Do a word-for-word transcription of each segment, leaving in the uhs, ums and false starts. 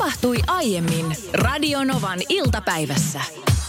tapahtui aiemmin Radionovan iltapäivässä.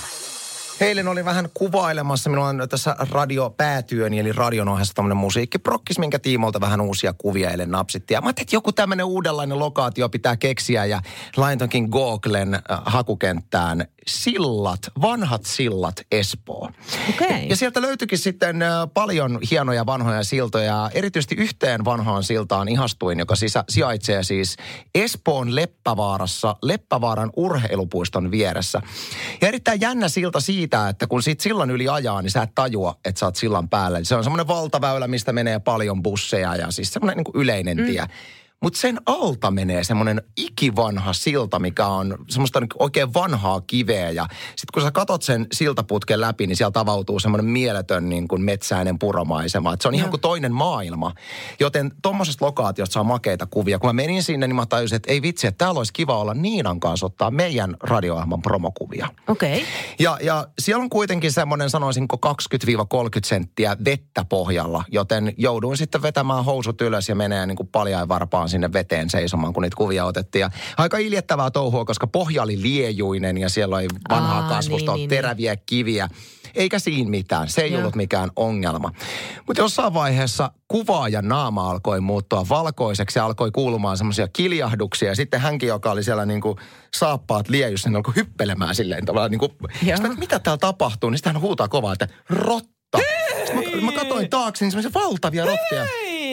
Eilen oli vähän kuvailemassa, minulla on tässä radiopäätyöni, eli radion ohessa tämmöinen musiikkiprokkis, minkä tiimolta vähän uusia kuvia eilen napsittiin. Ja mä ajattelin, että joku tämmöinen uudenlainen lokaatio pitää keksiä, ja laitoinkin Googlen äh, hakukenttään sillat, vanhat sillat Espoo. Okay. Ja sieltä löytyikin sitten äh, paljon hienoja vanhoja siltoja, erityisesti yhteen vanhaan siltaan ihastuin, joka sisä, sijaitsee siis Espoon Leppävaarassa, Leppävaaran urheilupuiston vieressä. Ja erittäin jännä silta siitä, että kun siitä sillan yli ajaa, niin sä et tajua, että sä oot sillan päällä. Se on semmoinen valtaväylä, mistä menee paljon busseja ja siis semmoinen niin kuin yleinen mm. tie. Mutta sen alta menee semmoinen ikivanha silta, mikä on semmoista niin oikein vanhaa kiveä. Ja sitten kun sä katot sen siltaputken läpi, niin sieltä avautuu semmoinen mieletön niin kuin metsäinen puromaisema. Et se on ihan kuin toinen maailma. Joten tommosesta lokaatiosta saa makeita kuvia. Kun mä menin sinne, niin mä tajusin, että ei vitsi, että täällä olisi kiva olla Niinan kanssa ottaa meidän radio-ohjelman promokuvia. Okei. Okay. Ja, ja siellä on kuitenkin semmoinen, sanoisinko kaksikymmentä kolmekymmentä senttiä vettä pohjalla. Joten jouduin sitten vetämään housut ylös ja menee niin kuin paljain varpaan sinne veteen seisomaan, kun niitä kuvia otettiin. Ja aika iljettävää touhua, koska pohja oli liejuinen ja siellä oli vanhaa Aa, kasvusta, niin, niin, teräviä kiviä. Eikä siinä mitään. Se ei Joo. ollut mikään ongelma. Mutta jossain vaiheessa kuvaajan naama alkoi muuttua valkoiseksi ja alkoi kuulumaan semmoisia kiljahduksia. Ja sitten hänkin, joka oli siellä niinku saappaat liejussa, niin alkoi hyppelemään silleen tavallaan niinku, sitä, mitä täällä tapahtuu, niin sitten hän huutaa kovaa, että rotta. Mä, mä katsoin taakse, niin semmoisia valtavia rottia.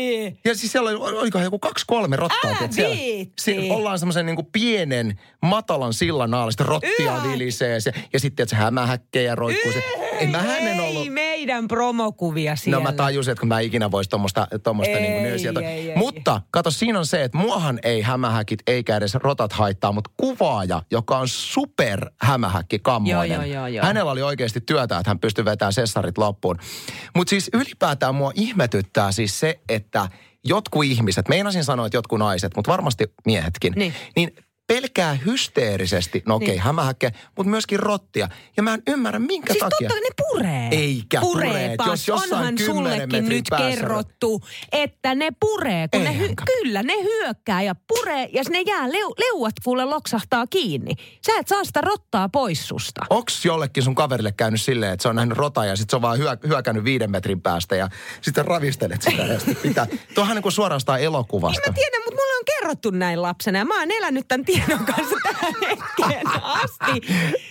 Ja siis siellä oli, olikohan joku kaksi kolme rottaa. Älä viitti. Siellä ollaan semmoisen niin kuin pienen, matalan sillan alla, sitten rottia Yö. vilisee se, ja sitten että se hämähäkkejä roikkuu se. Ei, mä hänen ollut... Ei meidän promokuvia siellä. No mä tajusin, että kun mä ikinä vois tommoista, tommoista niin kuin nöysiä. Mutta kato, siinä on se, että muahan ei hämähäkit eikä edes rotat haittaa, mutta kuvaaja, joka on super hämähäkki kammoinen. Joo, joo, joo, joo. Hänellä oli oikeasti työtä, että hän pystyi vetämään sessarit loppuun. Mutta siis ylipäätään mua ihmetyttää siis se, että jotkut ihmiset, meinasin sanoa, että jotkut naiset, mutta varmasti miehetkin, niin, niin pelkää hysteerisesti, no okei, okay, niin. hämähäkkeä, mutta myöskin rottia. Ja mä en ymmärrä, minkä siis takia. Siis totta, ne puree. Eikä puree. Jos onhan sullekin nyt päässä kerrottu, että ne puree. Kun ne hy- kyllä, ne hyökkää ja puree ja ne jää, leu- leuat kuule loksahtaa kiinni. Sä et saa sitä rottaa pois susta. Onks jollekin sun kaverille käynyt silleen, että se on nähnyt rotaa ja sit se on vaan hyö- hyökännyt viiden metrin päästä ja sitten ravistelet sitä ja sitten pitää. Tuohan niin kuin suorastaan elokuvasta. Niin mä tiedän, mutta mulla on kerrottu näin lapsena ja mä oon elänyt tämän tiedon kanssa tähän hetkeen asti.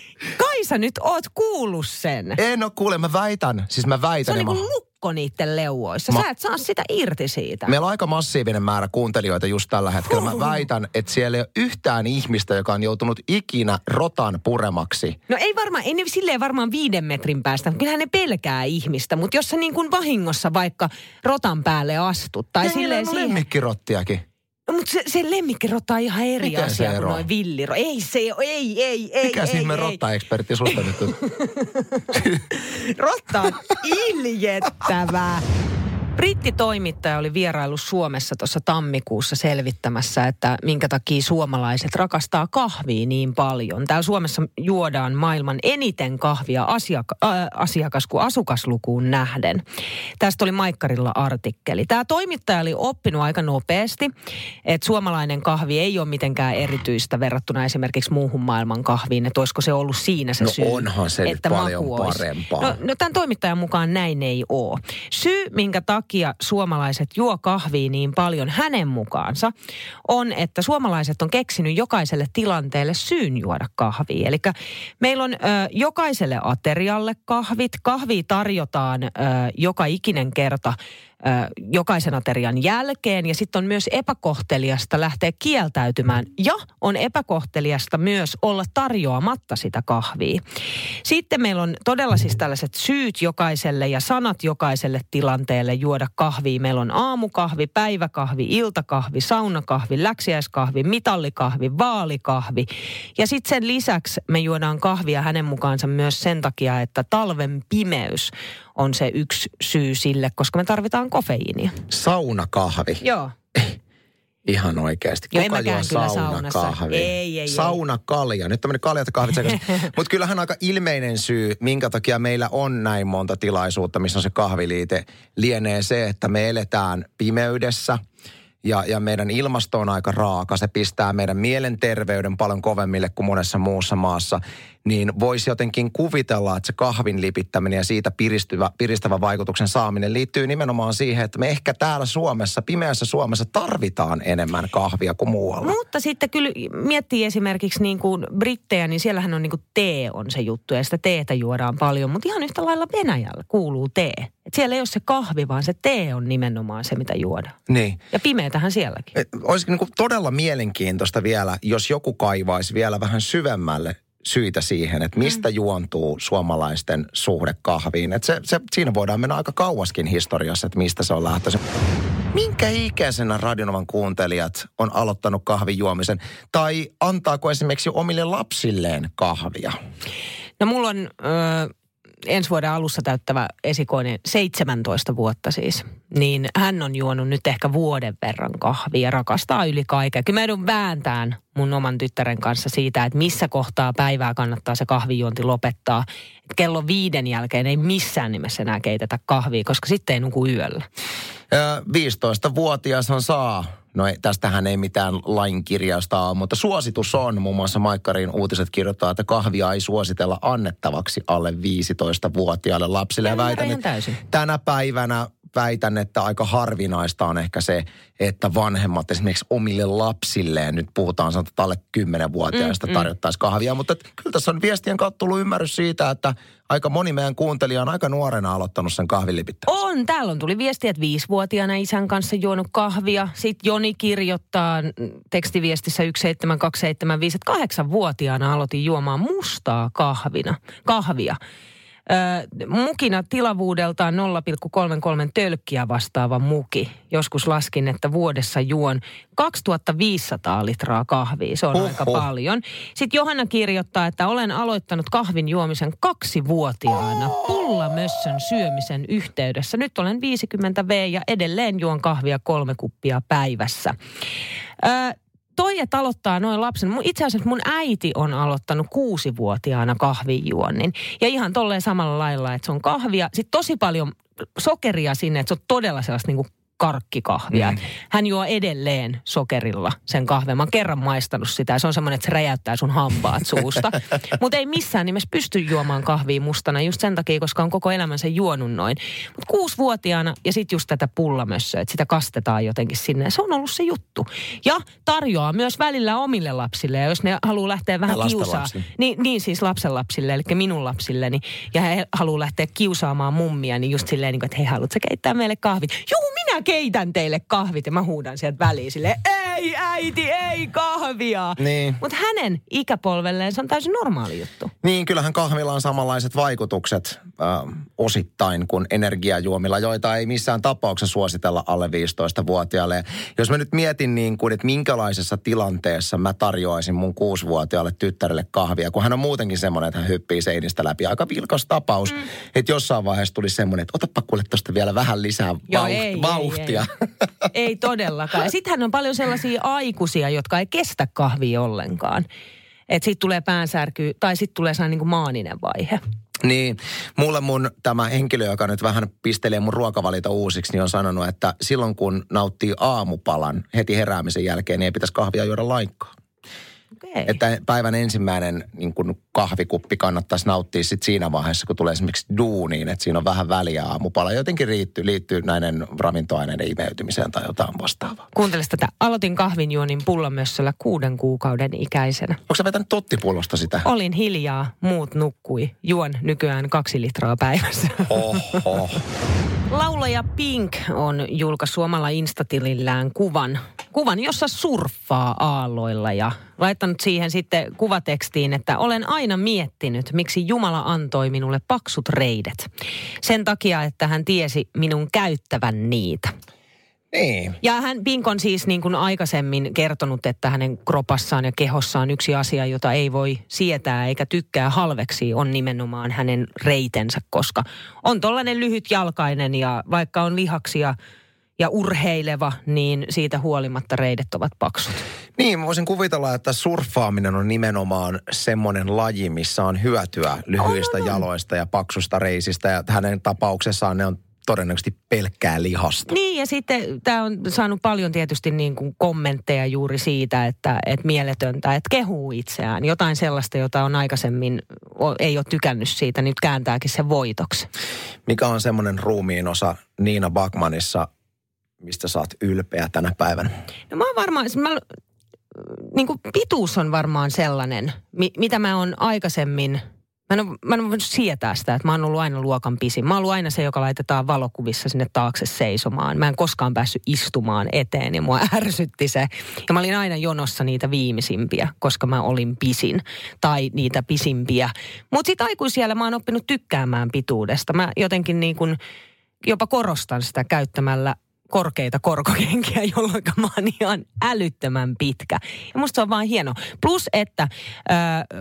Kai sä nyt oot kuullut sen? En oo kuule, mä väitän. Siis mä väitän. Se on niin kuin lukko niitten leuoissa. Mä... Sä et saa sitä irti siitä. Meillä on aika massiivinen määrä kuuntelijoita just tällä hetkellä. Mä väitän, että siellä ei ole yhtään ihmistä, joka on joutunut ikinä rotan puremaksi. No ei varmaan, ei ne silleen varmaan viiden metrin päästä. Kyllähän ne pelkää ihmistä, mutta jos sä niin kuin vahingossa vaikka rotan päälle astut tai ja silleen siihen... siihen... lemmikkirottiakin. No, mutta se, se lemmikkirotta on ihan eri Miten asia kuin noin villiro. Ei se, ei, ei, ei, Mikä siis me rotta-ekspertti susta nyt? Rotta on iljettävää. Brittitoimittaja oli vierailu Suomessa tuossa tammikuussa selvittämässä, että minkä takia suomalaiset rakastaa kahvia niin paljon. Täällä Suomessa juodaan maailman eniten kahvia asiaka- äh, asiakas- kuin asukaslukuun nähden. Tästä oli Maikkarilla artikkeli. Tämä toimittaja oli oppinut aika nopeasti, että suomalainen kahvi ei ole mitenkään erityistä verrattuna esimerkiksi muuhun maailman kahviin. Että olisiko se ollut siinä se no syy, onhan se että paljon maku olisi. Parempaa. No, no tämän toimittajan mukaan näin ei ole. Syy, minkä takia takia suomalaiset juo kahvia niin paljon hänen mukaansa, on, että suomalaiset on keksinyt jokaiselle tilanteelle syyn juoda kahvia. Eli meillä on ö, jokaiselle aterialle kahvit. Kahvia tarjotaan ö, joka ikinen kerta ö, jokaisen aterian jälkeen. Ja sitten on myös epäkohteliasta lähteä kieltäytymään. Ja on epäkohteliasta myös olla tarjoamatta sitä kahvia. Sitten meillä on todella siis tällaiset syyt jokaiselle ja sanat jokaiselle tilanteelle juoda kahvia. Meillä on aamukahvi, päiväkahvi, iltakahvi, saunakahvi, läksiäiskahvi, mitallikahvi, vaalikahvi. Ja sitten sen lisäksi me juodaan kahvia hänen mukaansa myös sen takia, että talven pimeys on se yksi syy sille, koska me tarvitaan kofeiinia. Saunakahvi? Joo. Ihan oikeasti. Joo, Kuka juo saunakahvi? Ei, ei, Saunakalja. Nyt tämmöinen kaljat kahvit sekaisin. Mutta kyllähän aika ilmeinen syy, minkä takia meillä on näin monta tilaisuutta, missä on se kahviliite, lienee se, että me eletään pimeydessä. ja, ja meidän ilmasto on aika raaka. Se pistää meidän mielenterveyden paljon kovemmille kuin monessa muussa maassa. Niin voisi jotenkin kuvitella, että se kahvin lipittäminen ja siitä piristyvä, piristävä vaikutuksen saaminen liittyy nimenomaan siihen, että me ehkä täällä Suomessa, pimeässä Suomessa tarvitaan enemmän kahvia kuin muualla. Mutta sitten kyllä miettii esimerkiksi niin kuin brittejä, niin siellähän on niin kuin tee on se juttu ja sitä teetä juodaan paljon. Mutta ihan yhtä lailla Venäjällä kuuluu tee. Et siellä ei ole se kahvi, vaan se tee on nimenomaan se, mitä juodaan. Niin. Ja pimeätähän sielläkin. Et olisi niin kuin todella mielenkiintoista vielä, jos joku kaivaisi vielä vähän syvemmälle syitä siihen, että mistä mm. juontuu suomalaisten suhde kahviin. Että se, se, siinä voidaan mennä aika kauaskin historiassa, että mistä se on lähtöisin. Minkä ikäisenä Radio Novan kuuntelijat on aloittanut kahvin juomisen? Tai antaako esimerkiksi omille lapsilleen kahvia? No mulla on ö, ensi vuoden alussa täyttävä esikoinen seitsemäntoista vuotta siis. Niin hän on juonut nyt ehkä vuoden verran kahvia ja rakastaa yli kaiken. Kyllä mä joudun vääntään mun oman tyttären kanssa siitä, että missä kohtaa päivää kannattaa se kahvijuonti lopettaa. Et kello viiden jälkeen ei missään nimessä enää keitetä kahvia, koska sitten ei nuku yöllä. viisitoistavuotiashan saa, no ei, tästähän ei mitään lainkirjausta ole, mutta suositus on, muun muassa Maikkarin uutiset kirjoittaa, että kahvia ei suositella annettavaksi alle viisitoistavuotiaille lapsille. Ja väitän, että tänä päivänä väitän, että aika harvinaista on ehkä se, että vanhemmat esimerkiksi omille lapsilleen, nyt puhutaan sanotaan alle kymmenvuotiaista, tarjottaisiin kahvia, mutta kyllä tässä on viestien kautta tullut ymmärrys siitä, että aika moni meidän kuuntelija on aika nuorena aloittanut sen kahvilipittämisen. On, täällä on tuli viestiä, että viisivuotiaana isän kanssa juonut kahvia. Sitten Joni kirjoittaa tekstiviestissä yksi seitsemän kaksi seitsemän viisi, että kahdeksanvuotiaana aloitin juomaan mustaa kahvina, kahvia. Ö, mukina tilavuudeltaan nolla pilkku kolmekymmentäkolme tölkkiä vastaava muki. Joskus laskin, että vuodessa juon kaksituhattaviisisataa litraa kahvia. Se on Oho. aika paljon. Sitten Johanna kirjoittaa, että olen aloittanut kahvin juomisen kaksivuotiaana pullamössön syömisen yhteydessä. Nyt olen viisikymmentä vuotias ja edelleen juon kahvia kolme kuppia päivässä. Ö, Toi, että aloittaa noin lapsen. Itse asiassa mun äiti on aloittanut kuusivuotiaana kahvinjuonnin. Ja ihan tolleen samalla lailla, että se on kahvia. Sitten tosi paljon sokeria sinne, että se on todella sellaista niin kuin karkkikahvia. Mm. Hän juo edelleen sokerilla sen kahvin. Mä oon kerran maistanut sitä ja se on semmoinen, että se räjäyttää sun hampaat suusta. Mutta ei missään nimessä pysty juomaan kahvia mustana just sen takia, koska on koko elämänsä juonut noin. Mutta kuusivuotiaana ja sitten just tätä pullamössöä, että sitä kastetaan jotenkin sinne. Ja se on ollut se juttu. Ja tarjoaa myös välillä omille lapsille. Ja jos ne haluaa lähteä vähän kiusaamaan. Niin, niin siis lapsenlapsille, eli minun lapsilleni. Ja he haluaa lähteä kiusaamaan mummia, niin just silleen, että hei, haluatko keittää meille kahvit? Juu, minä keitän teille kahvit ja mä huudan sieltä väliin silleen, ei äiti, ei kahvia. Niin. Mutta hänen ikäpolvelleen se on täysin normaali juttu. Niin, kyllähän kahvilla on samanlaiset vaikutukset äh, osittain kuin energiajuomilla, joita ei missään tapauksessa suositella alle viisitoistavuotiaille. Jos mä nyt mietin niin kuin, että minkälaisessa tilanteessa mä tarjoaisin mun kuusivuotiaalle tyttärelle kahvia, kun hän on muutenkin semmoinen, että hän hyppii seinistä läpi. Aika vilkas tapaus, mm. että jossain vaiheessa tuli semmoinen, että otapa kuule tosta vielä vähän lisää Joo, vauht- ei, vauhtia. Ei, ei. ei todellakaan. Ja sittenhän on paljon sellaisia aikuisia, jotka ei kestä kahvia ollenkaan. Että siitä tulee päänsärky tai sitten tulee sellainen niin kuin maaninen vaihe. Niin, mulle mun tämä henkilö, joka nyt vähän pistelee mun ruokavalita uusiksi, niin on sanonut, että silloin kun nauttii aamupalan heti heräämisen jälkeen, niin ei pitäisi kahvia juoda lainkaan. Okay. Että päivän ensimmäinen niin kun kahvikuppi kannattaisi nauttia sit siinä vaiheessa, kun tulee esimerkiksi duuniin, että siinä on vähän väliä aamupala. Jotenkin liittyy, liittyy näiden ravintoaineiden imeytymiseen tai jotain vastaavaa. Kuunteles tätä. Aloitin kahvinjuonnin pullamössöllä kuuden kuukauden ikäisenä. Onko sä vetänyt tottipullosta sitä? Olin hiljaa, muut nukkui. Juon nykyään kaksi litraa päivässä. Oho. Laulaja Pink on julkaissut omalla Instatilillään kuvan, kuvan, jossa surffaa aalloilla ja laittanut siihen sitten kuvatekstiin, että olen aina miettinyt, miksi Jumala antoi minulle paksut reidet. Sen takia, että hän tiesi minun käyttävän niitä. Niin. Ja hän, Pink on siis niin kuin aikaisemmin kertonut, että hänen kropassaan ja kehossaan yksi asia, jota ei voi sietää eikä tykkää halveksi, on nimenomaan hänen reitensä, koska on tollainen lyhytjalkainen ja vaikka on lihaksia ja urheileva, niin siitä huolimatta reidet ovat paksut. Niin, mä voisin kuvitella, että surffaaminen on nimenomaan semmoinen laji, missä on hyötyä lyhyistä on, on. jaloista ja paksusta reisistä. Ja hänen tapauksessaan ne on todennäköisesti pelkkää lihasta. Niin, ja sitten tämä on saanut paljon tietysti niin kuin kommentteja juuri siitä, että, että mieletöntä, että kehuu itseään. Jotain sellaista, jota on aikaisemmin, ei ole tykännyt siitä, nyt kääntääkin se voitoksi. Mikä on semmoinen ruumiin osa Nina Backmanissa, mistä sä oot ylpeä tänä päivänä? No mä oon varmaan, mä, niin kuin pituus on varmaan sellainen, mitä mä oon aikaisemmin... Mä en, ole, mä en ole voinut sietää sitä, että mä oon ollut aina luokan pisin. Mä oon ollut aina se, joka laitetaan valokuvissa sinne taakse seisomaan. Mä en koskaan päässyt istumaan eteen ja mua ärsytti se. Ja mä olin aina jonossa niitä viimeisimpiä, koska mä olin pisin. Tai niitä pisimpiä. Mutta sit aikuisiellä mä oon oppinut tykkäämään pituudesta. Mä jotenkin niin kuin jopa korostan sitä käyttämällä korkeita korkokenkiä, jolloin mä oon ihan älyttömän pitkä. Ja musta se on vaan hieno. Plus, että äh,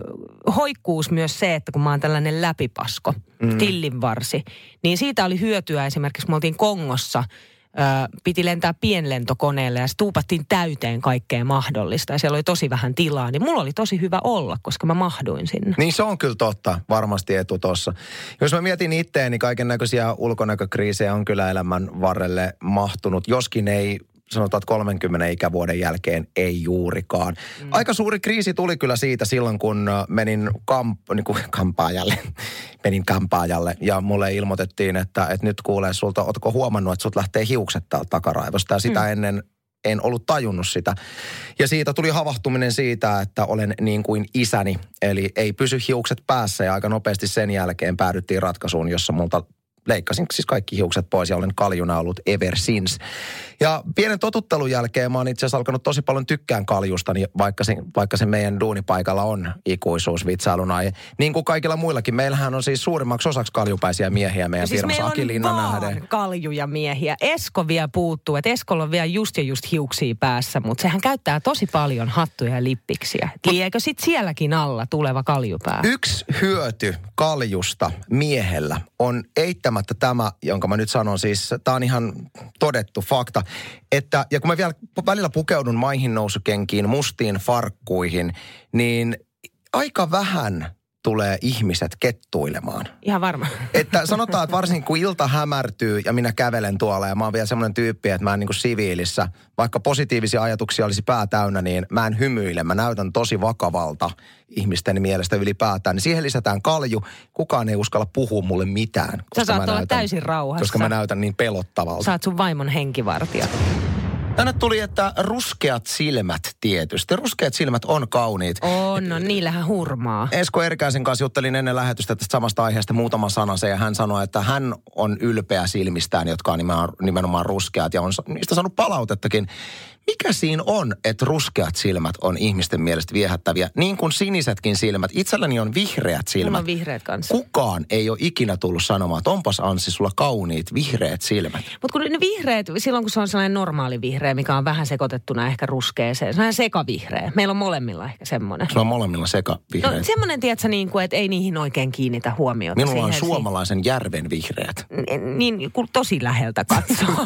hoikkuus myös se, että kun mä oon tällainen läpipasko, mm. tillinvarsi, niin siitä oli hyötyä esimerkiksi, me oltiin Kongossa, äh, piti lentää pienlentokoneelle ja tuupattiin täyteen kaikkea mahdollista ja siellä oli tosi vähän tilaa, niin mulla oli tosi hyvä olla, koska mä mahduin sinne. Niin se on kyllä totta, varmasti etu tossa. Jos mä mietin itteen, niin kaiken näköisiä ulkonäkökriisejä on kyllä elämän varrelle mahtunut, joskin ei sanotaan, että kolmenkymmenen ikävuoden jälkeen ei juurikaan. Mm. Aika suuri kriisi tuli kyllä siitä silloin, kun menin kamp, niin kuin kampaajalle. menin kampaajalle ja mulle ilmoitettiin, että, että nyt kuulee sulta, ootko huomannut, että sut lähtee hiukset täältä takaraivosta ja sitä mm. ennen en ollut tajunnut sitä. Ja siitä tuli havahtuminen siitä, että olen niin kuin isäni, eli ei pysy hiukset päässä ja aika nopeasti sen jälkeen päädyttiin ratkaisuun, jossa multa leikkasin siis kaikki hiukset pois ja olen kaljuna ollut ever since. Ja pienen totuttelun jälkeen mä oon itse asiassa alkanut tosi paljon tykkään kaljusta, niin vaikka se, vaikka se meidän duunipaikalla on ikuisuusvitsailun aihe. Niin kuin kaikilla muillakin. Meillähän on siis suurimmaksi osaksi kaljupäisiä miehiä meidän siis firmassa Aki Linna nähden. Siis kaljuja miehiä. Esko vielä puuttuu, että Eskolla on vielä just ja just hiuksia päässä, mutta sehän käyttää tosi paljon hattuja ja lippiksiä. Liekö sit sielläkin alla tuleva kaljupää? Yksi hyöty kaljusta miehellä on eittämättä tämä, jonka mä nyt sanon siis, tää on ihan todettu fakta, että, ja kun mä vielä välillä pukeudun maihin nousukenkiin, mustiin farkkuihin, niin aika vähän tulee ihmiset kettuilemaan. Ihan varma. Että sanotaan, että varsinkin kun ilta hämärtyy ja minä kävelen tuolla ja mä oon vielä semmoinen tyyppi, että mä en niin kuin siviilissä, vaikka positiivisia ajatuksia olisi pää täynnä, niin mä en hymyile. Mä näytän tosi vakavalta ihmisten mielestä ylipäätään. Niin siihen lisätään kalju. Kukaan ei uskalla puhua mulle mitään. Sä saat olla näytän, täysin rauhassa. Koska mä näytän niin pelottavalta. Saat sun vaimon henkivartija. Tänne tuli, että ruskeat silmät tietysti. Ruskeat silmät on kauniit. On, no niillähän hurmaa. Esko Erkäisen kanssa juttelin ennen lähetystä tästä samasta aiheesta muutaman sanasen ja hän sanoi, että hän on ylpeä silmistään, jotka on nimenomaan ruskeat ja on niistä saanut palautettakin. Mikä siinä on, että ruskeat silmät on ihmisten mielestä viehättäviä, niin kuin sinisetkin silmät? Itselläni on vihreät silmät. Mulla on vihreät kanssa. Kukaan ei ole ikinä tullut sanomaan, että onpas Anssi, sulla kauniit vihreät silmät. Mutta kun ne vihreät, silloin kun se on sellainen normaali vihreä, mikä on vähän sekoitettuna ehkä ruskeeseen, se on sekavihreä. Meillä on molemmilla ehkä semmoinen. Se on molemmilla sekavihreät. No semmoinen, tiedätkö, niin kuin, että ei niihin oikein kiinnitä huomiota. Minulla on suomalaisen järven vihreät. Niin, kun tosi läheltä katsoo.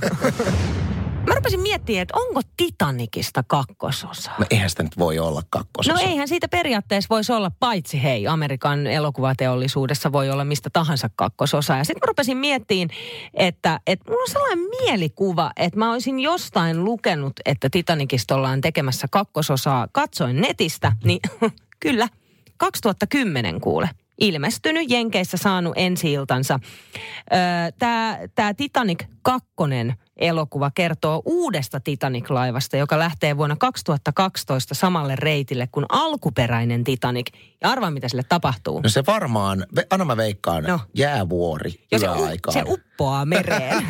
Mä rupesin miettimään, että onko Titanicista kakkososa? No eihän sitä nyt voi olla kakkososa. No eihän siitä periaatteessa voisi olla, paitsi hei, Amerikan elokuvateollisuudessa voi olla mistä tahansa kakkososa. Ja sitten mä rupesin miettimään, että, että mulla on sellainen mielikuva, että mä olisin jostain lukenut, että Titanicista ollaan tekemässä kakkososaa. Katsoin netistä, niin kyllä, kaksituhattakymmenen kuule. Ilmestynyt, Jenkeissä saanut ensi-iltansa. Tämä tää Titanic kakkonen elokuva kertoo uudesta Titanic-laivasta, joka lähtee vuonna kaksituhattakaksitoista samalle reitille kuin alkuperäinen Titanic. Ja arvaa, mitä sille tapahtuu. No se varmaan, anna mä veikkaan, no. jäävuori yöaikaan. Se uppoaa mereen.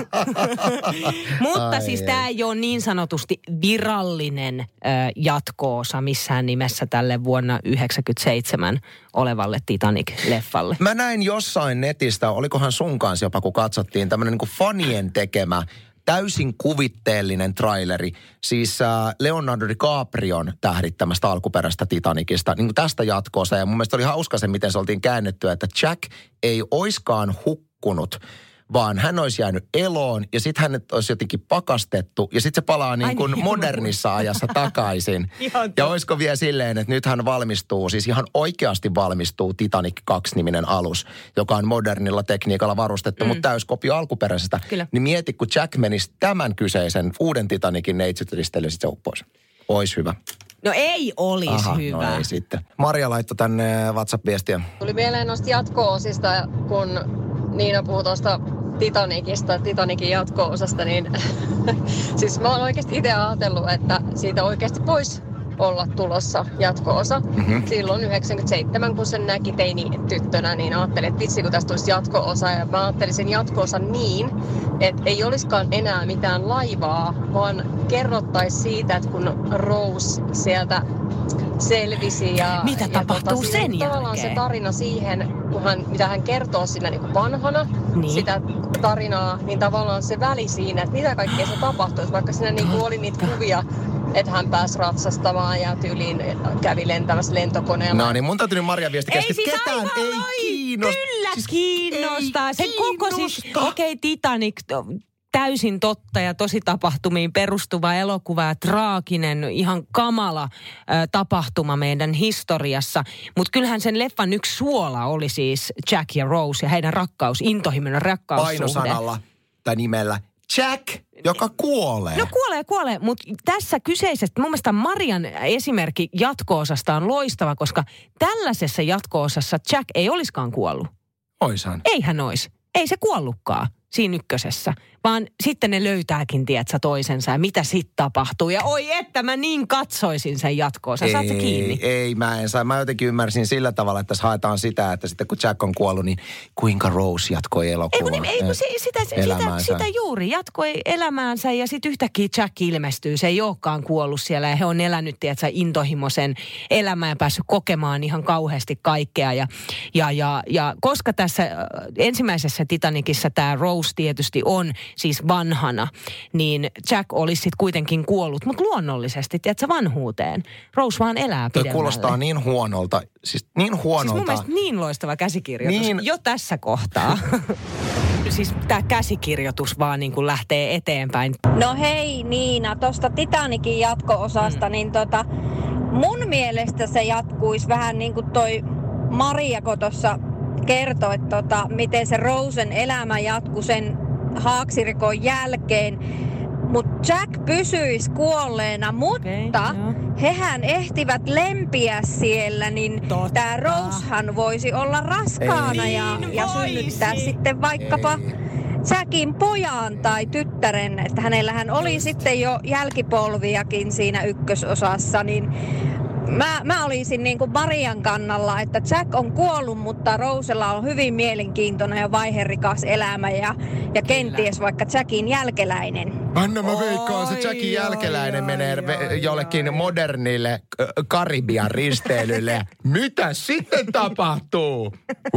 Mutta ai siis tämä ei ole niin sanotusti virallinen äh, jatko-osa missään nimessä tälle vuonna yhdeksänkymmentäseitsemän olevalle Titanic-leffalle. Mä näin jossain netistä, olikohan sun kanssa jopa, kun katsottiin tämmöinen niin kuin fanien tekemä täysin kuvitteellinen traileri, siis äh, Leonardo DiCaprion tähdittämästä alkuperäistä Titanicista, niin kuin tästä jatkoosa. Ja mun mielestä oli hauska se, miten se oltiin käännetty, että Jack ei oiskaan hukkunut, vaan hän olisi jäänyt eloon ja sitten hänet olisi jotenkin pakastettu ja sitten se palaa niin kuin niin, modernissa ajassa takaisin. Ja olisiko vielä silleen, että nyt hän valmistuu, siis ihan oikeasti valmistuu Titanic kaksi-niminen alus, joka on modernilla tekniikalla varustettu, mm. mutta täyskopio alkuperäisestä. Kyllä. Niin mieti, kun Jack menisi tämän kyseisen uuden Titanicin neitsytristeilyyn, sitten se uppoisi. Ois hyvä. No ei olisi Aha, hyvä. No ei sitten. Maria laittoi tänne WhatsApp-viestiä. Tuli mieleen noista jatko-osista, kun Niina puhui tuosta Titanicista, Titanicin jatko-osasta, niin siis mä oon oikeasti itse ajatellut, että siitä oikeasti voisi olla tulossa jatko-osa. Mm-hmm. Silloin yhdeksänkymmentäseitsemän, kun sen näki teini-tyttönä, niin ajattelin, että vitsi, kun tästä tulisi jatko-osa. Ja mä ajattelin sen jatko-osan niin, että ei olisikaan enää mitään laivaa, vaan kerrottaisi siitä, että kun Rose sieltä selvisi. Ja, mitä ja tapahtuu tota, sen jälkeen? Tavallaan se tarina siihen, kun hän, mitä hän kertoo sillä niin kuin vanhana, niin. sitä tarinaa, niin tavallaan se väli siinä, että mitä kaikkea se tapahtuu. Vaikka siinä niin kuin oli niitä kuvia, että hän pääsi ratsastamaan ja tyyliin kävi lentämässä lentokoneella. No niin, mun täytyy nyt Maria viesti kästi. Siis ketään ei kiinnosta. Kyllä siis kiinnostaa. Sen kiinnosta. koko siis, okei okay, Titanic, täysin totta ja tosi tapahtumiin perustuva elokuva ja traaginen, ihan kamala ä, tapahtuma meidän historiassa. Mutta kyllähän sen leffan yksi suola oli siis Jack ja Rose ja heidän rakkaus, intohimoinen rakkaussuhde. Painosanalla tai nimellä Jack, joka kuolee. No kuolee, kuolee, mutta tässä kyseisessä, mun mielestä Marian esimerkki jatko-osasta on loistava, koska tällaisessa jatko-osassa Jack ei olisikaan kuollut. Oishan. Ei hän olisi. Ei se kuollutkaan siinä ykkösessä, vaan sitten ne löytääkin, tietsä, toisensa ja mitä sitten tapahtuu. Ja oi, että mä niin katsoisin sen jatko-osan. Saat sä kiinni? Ei, mä en saa. Mä jotenkin ymmärsin sillä tavalla, että tässä haetaan sitä, että sitten kun Jack on kuollut, niin kuinka Rose jatkoi elokuvaa. Ei, kun, ei, kun se, sitä, sitä, sitä juuri jatkoi elämäänsä ja sitten yhtäkkiä Jack ilmestyy. Se ei olekaan kuollut siellä ja he on elänyt, tietsä, intohimoisen elämän ja päässyt kokemaan ihan kauheasti kaikkea. Ja, ja, ja, ja koska tässä ensimmäisessä Titanicissa tämä Rose tietysti on siis vanhana, niin Jack olisi sitten kuitenkin kuollut, mutta luonnollisesti, tiedätkö, vanhuuteen. Rose vaan elää pidemmälle. Toi kuulostaa niin huonolta, siis niin huonolta. Siis mun mielestä niin loistava käsikirjoitus niin. Jo tässä kohtaa. Siis tämä käsikirjoitus vaan niin kuin lähtee eteenpäin. No hei Niina, tuosta Titanicin jatko-osasta, mm. niin tota, mun mielestä se jatkuisi vähän niin kuin toi Mariako tuossa kertoi, että tota, miten se Rosen elämä jatkui sen haaksirikon jälkeen. Mutta Jack pysyisi kuolleena, mutta okay, hehän ehtivät lempiä siellä, niin tämä Rosehan voisi olla raskaana ei, ja, ja synnyttää sitten vaikkapa ei. Jackin pojan tai tyttären, että hänellähän oli sitten jo jälkipolviakin siinä ykkösosassa, niin Mä, mä olisin niin kuin Marian kannalla, että Jack on kuollut, mutta Rosella on hyvin mielenkiintoinen ja vaiherikas elämä ja, ja kenties vaikka Jackin jälkeläinen. Anna mä veikkaan, se Jackin jälkeläinen oi, menee oi, jollekin oi. modernille Karibian risteilylle. Mitä sitten tapahtuu?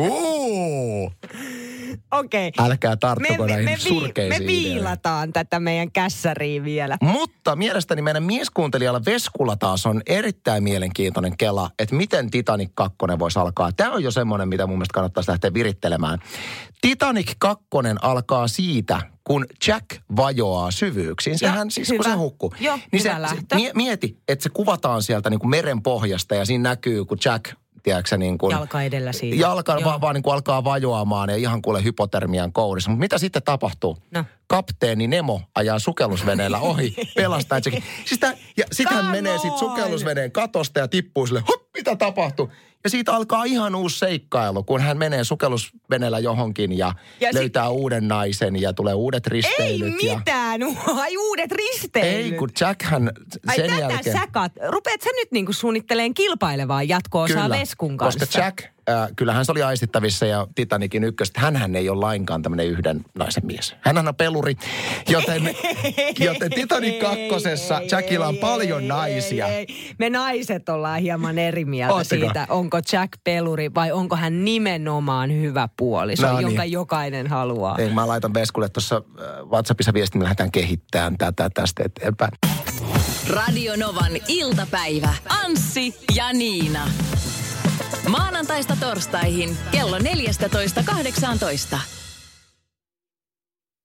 Uh. Okei. Okay. Älkää tarttuko me, näihin me, surkeisiin Me viilataan tätä meidän kässäriä vielä. Mutta mielestäni meidän mieskuuntelijalla Veskulla taas on erittäin mielenkiintoinen kela, että miten Titanic kaksi voisi alkaa. Tämä on jo semmoinen, mitä mun mielestä kannattaisi lähteä virittelemään. Titanic kaksi alkaa siitä, kun Jack vajoaa syvyyksiin. Sehän siis, hyvä. Kun se hukkuu. Joo, niin hyvä se, lähtö. se, mieti, että se kuvataan sieltä niin kuin meren pohjasta ja siinä näkyy, kun Jack... Tiedätkö, niin kuin, jalka edellä siitä. Jalka vaan, vaan niin kuin alkaa vajoamaan ja ihan kuule hypotermian kourissa. Mutta mitä sitten tapahtuu? No. Kapteeni Nemo ajaa sukellusveneellä ohi, pelastaa Jackin. Siis tää, ja sitten hän menee sit sukellusveneen katosta ja tippuu sille, hop, mitä tapahtuu? Ja siitä alkaa ihan uusi seikkailu, kun hän menee sukellusveneellä johonkin ja, ja löytää si- uuden naisen ja tulee uudet risteilyt. Ei mitään, ja... ai uudet risteilyt. Ei, kun Jack hän sen ai, jälkeen... Ai tätä sä rupeat sä nyt niinku suunnitteleen kilpailevaa jatko-osaa Veskun kanssa? Koska Jack, äh, kyllähän se oli aistittavissa ja Titanicin ykköstä, hänhän ei ole lainkaan tämmöinen yhden naisen mies. Hänhän on peluri, joten, joten Titanic kakkosessa Jackilla on paljon naisia. Ei, ei. Me naiset ollaan hieman eri mieltä Ootteko? Siitä, onko Jack peluri vai onko hän nimenomaan hyvä puoliso, no, jonka niin. jokainen haluaa. Ei, mä laitan Veskulle tuossa WhatsAppissa viestin, me lähdetään kehittämään tätä tästä eteenpäin. Radio Novan iltapäivä. Anssi ja Niina. Maanantaista torstaihin kello neljätoista kahdeksantoista.